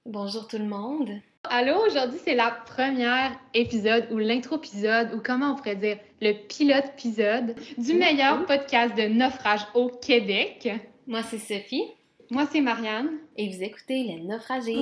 Bonjour tout le monde. Allô, aujourd'hui c'est la première épisode ou l'intro-épisode ou comment on pourrait dire le pilote-épisode du meilleur podcast de naufrage au Québec. Moi c'est Sophie Moi c'est Marianne. et vous écoutez Les Naufragés.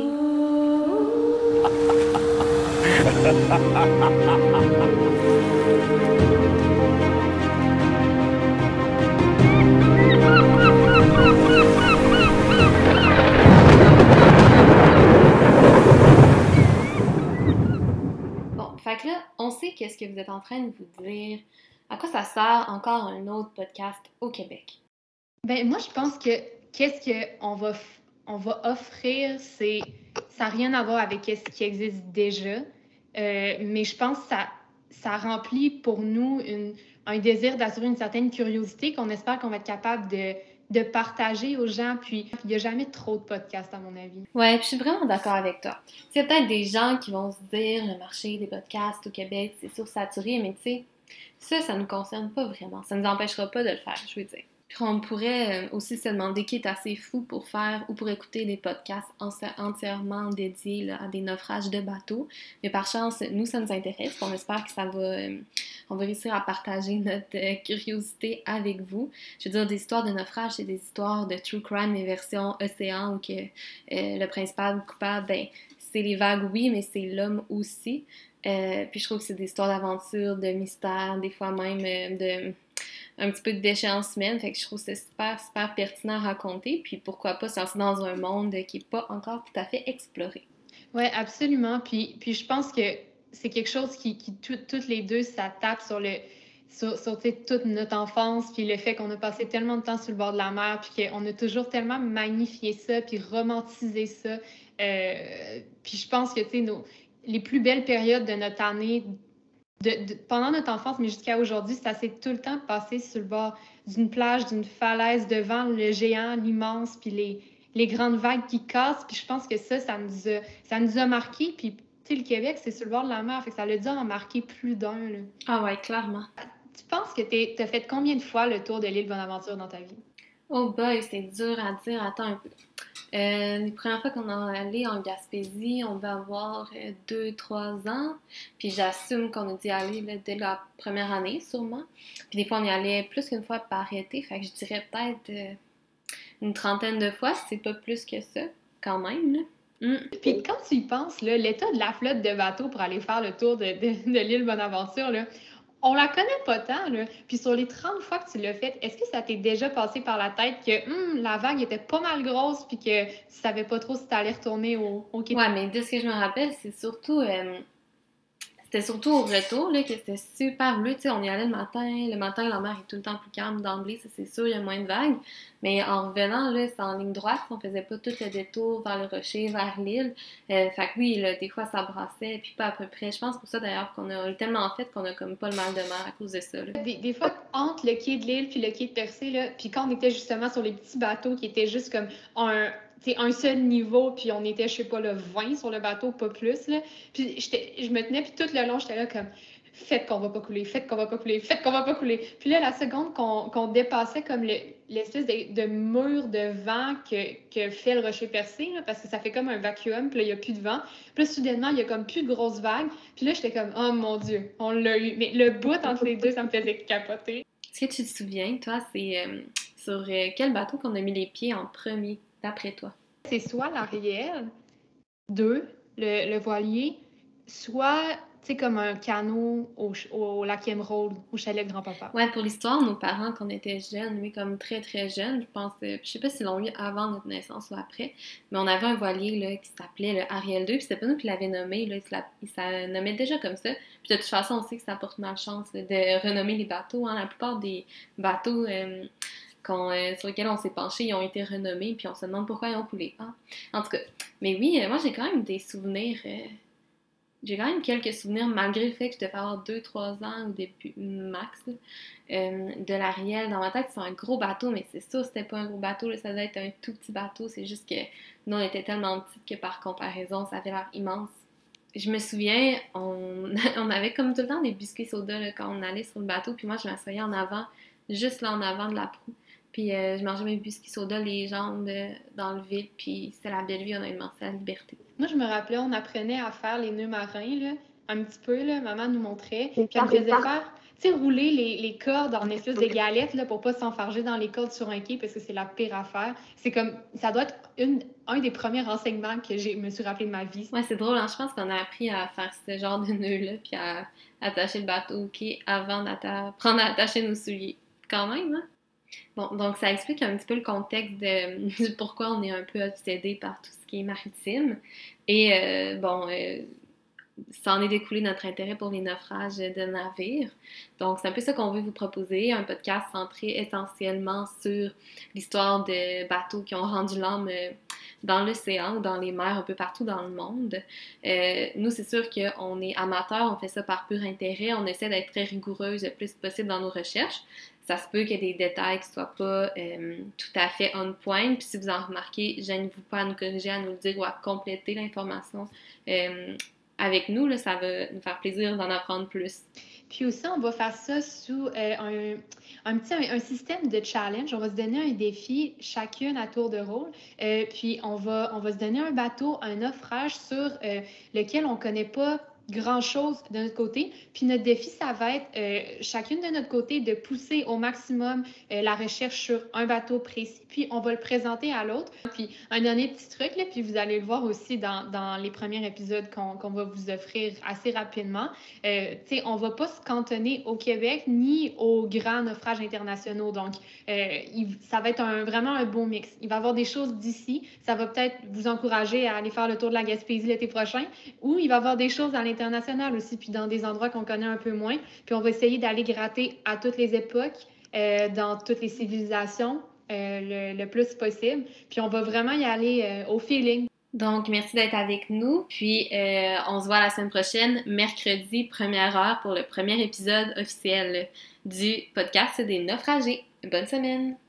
Bon, fait que là, on sait qu'est-ce que vous êtes en train de vous dire. À quoi ça sert encore un autre podcast au Québec? Ben moi je pense que qu'est-ce on va offrir, ça n'a rien à voir avec ce qui existe déjà, mais je pense que ça remplit pour nous un désir d'assurer une certaine curiosité qu'on espère qu'on va être capable de partager aux gens. Puis il n'y a jamais trop de podcasts à mon avis. Ouais, puis je suis vraiment d'accord avec toi. Il y a peut-être des gens qui vont se dire le marché des podcasts au Québec, c'est sursaturé, mais tu sais, ça nous concerne pas vraiment. Ça nous empêchera pas de le faire, je veux dire. Puis on pourrait aussi se demander qui est assez fou pour faire ou pour écouter des podcasts entièrement dédiés là, à des naufrages de bateaux. Mais par chance, nous, ça nous intéresse. On espère que on va réussir à partager notre curiosité avec vous. Je veux dire, des histoires de naufrage, c'est des histoires de true crime et version océan où que le principal coupable, ben, c'est les vagues, oui, mais c'est l'homme aussi. Puis je trouve que c'est des histoires d'aventure, de mystère, des fois même un petit peu de déchéance humaine. Fait que je trouve que c'est super, super pertinent à raconter. Puis pourquoi pas se lancer dans un monde qui n'est pas encore tout à fait exploré. Oui, absolument. Puis je pense que c'est quelque chose qui toutes les deux, ça tape sur toute notre enfance, puis le fait qu'on a passé tellement de temps sur le bord de la mer, puis qu'on a toujours tellement magnifié ça, puis romantisé ça. Puis je pense que, les plus belles périodes de notre année, pendant notre enfance, mais jusqu'à aujourd'hui, ça s'est tout le temps passé sur le bord d'une plage, d'une falaise, devant le géant, l'immense, puis les grandes vagues qui cassent. Puis je pense que ça nous a marqué. Puis, tu sais, le Québec, c'est sur le bord de la mer, fait que ça l'a dû en marquer plus d'un, là. Ah ouais, clairement. Tu penses que t'as fait combien de fois le tour de l'île Bonaventure dans ta vie? Oh boy, c'est dur à dire. Attends un peu. Les premières fois qu'on est allé en Gaspésie, on va avoir 2-3 ans. Puis j'assume qu'on a dû y aller là, dès la première année, sûrement. Puis des fois, on y allait plus qu'une fois par été. Fait que je dirais peut-être une trentaine de fois, si c'est pas plus que ça, quand même, là. Puis quand tu y penses, là, l'état de la flotte de bateaux pour aller faire le tour de l'île Bonaventure, là, on la connaît pas tant, là. Puis sur les 30 fois que tu l'as fait, est-ce que ça t'est déjà passé par la tête que la vague était pas mal grosse puis que tu savais pas trop si t'allais retourner au Québec? Ouais, mais de ce que je me rappelle, c'était surtout au retour là, que c'était super bleu. Tu sais, on y allait le matin. Le matin, la mer est tout le temps plus calme d'emblée, ça c'est sûr, il y a moins de vagues. Mais en revenant, là, c'est en ligne droite. On faisait pas tout le détour vers le rocher, vers l'île. Fait que oui, là, des fois, ça brassait, puis pas à peu près. Je pense pour ça d'ailleurs qu'on a tellement fait qu'on a comme pas le mal de mer à cause de ça. Là. Des fois, entre le quai de l'île puis le quai de Percé, là, puis quand on était justement sur les petits bateaux qui étaient juste comme un seul niveau, puis on était, je sais pas, le 20 sur le bateau, pas plus, là. Puis je me tenais, puis tout le long, j'étais là comme faites qu'on va pas couler, faites qu'on va pas couler, faites qu'on va pas couler. Puis là, la seconde qu'on dépassait comme l'espèce de mur de vent que fait le rocher percé, là, parce que ça fait comme un vacuum, puis là, il n'y a plus de vent. Puis là, soudainement, il y a comme plus de grosses vagues. Puis là, j'étais comme, oh mon Dieu, on l'a eu. Mais le bout entre les deux, ça me faisait capoter. Est-ce que tu te souviens, toi, c'est sur quel bateau qu'on a mis les pieds en premier, d'après toi? C'est soit l'Ariel, 2, le voilier, soit, tu sais, comme un canot au lac Émeraude, au chalet de grand-papa. Ouais, pour l'histoire, nos parents, quand on était jeunes, mais comme très très jeunes, je pense, je sais pas s'ils l'ont eu avant notre naissance ou après, mais on avait un voilier là, qui s'appelait le Ariel 2, puis c'était pas nous qui l'avait nommé, là, il s'en nommait déjà comme ça. Puis de toute façon, on sait que ça porte malchance là, de renommer les bateaux. Hein. La plupart des bateaux sur lesquels on s'est penché, ils ont été renommés, puis on se demande pourquoi ils ont coulé. Hein. En tout cas, mais oui, moi j'ai quand même des souvenirs. J'ai quand même quelques souvenirs, malgré le fait que je devais avoir 2-3 ans au début, max, là, de l'Ariel. Dans ma tête, c'est un gros bateau, mais c'est sûr, c'était pas un gros bateau, là, ça devait être un tout petit bateau. C'est juste que nous, on était tellement petites que par comparaison, ça avait l'air immense. Je me souviens, on avait comme tout le temps des biscuits soda là, quand on allait sur le bateau, puis moi, je m'assoyais en avant, juste là en avant de la proue. Puis je mangeais mes biscuits soda légende dans le vide, puis c'était la belle vie, honnêtement, c'est la liberté. Moi, je me rappelais, on apprenait à faire les nœuds marins, là, un petit peu, là, maman nous montrait, C'est puis elle nous ça. faisait faire, tu sais, rouler les cordes en espèce de galettes, là, pour pas s'enfarger dans les cordes sur un quai, parce que c'est la pire affaire. C'est comme, ça doit être un des premiers renseignements que je me suis rappelé de ma vie. Ouais, c'est drôle, hein? Je pense qu'on a appris à faire ce genre de nœud-là, puis à attacher le bateau au quai avant d'apprendre à attacher nos souliers. Quand même, hein? Bon, donc ça explique un petit peu le contexte du pourquoi on est un peu obsédé par tout ce qui est maritime. Et ça en est découlé notre intérêt pour les naufrages de navires. Donc, c'est un peu ça qu'on veut vous proposer, un podcast centré essentiellement sur l'histoire de bateaux qui ont rendu l'âme dans l'océan ou dans les mers un peu partout dans le monde. Nous, c'est sûr qu'on est amateurs, on fait ça par pur intérêt, on essaie d'être très rigoureuse le plus possible dans nos recherches. Ça se peut qu'il y ait des détails qui ne soient pas tout à fait on point. Puis si vous en remarquez, gênez-vous pas à nous corriger, à nous le dire ou à compléter l'information avec nous. Là, ça va nous faire plaisir d'en apprendre plus. Puis aussi, on va faire ça sous un système de challenge. On va se donner un défi chacune à tour de rôle. Puis on va se donner un bateau, un naufrage sur lequel on ne connaît pas grand-chose de notre côté. Puis notre défi, ça va être chacune de notre côté de pousser au maximum la recherche sur un bateau précis. Puis on va le présenter à l'autre. Puis un dernier petit truc, là, puis vous allez le voir aussi dans les premiers épisodes qu'on va vous offrir assez rapidement. On ne va pas se cantonner au Québec ni aux grands naufrages internationaux. Donc, ça va être vraiment un beau mix. Il va y avoir des choses d'ici. Ça va peut-être vous encourager à aller faire le tour de la Gaspésie l'été prochain. Ou il va y avoir des choses à l'international aussi, puis dans des endroits qu'on connaît un peu moins. Puis on va essayer d'aller gratter à toutes les époques, dans toutes les civilisations, le plus possible. Puis on va vraiment y aller au feeling. Donc, merci d'être avec nous. Puis, on se voit la semaine prochaine, mercredi, première heure, pour le premier épisode officiel du podcast des naufragés. Bonne semaine!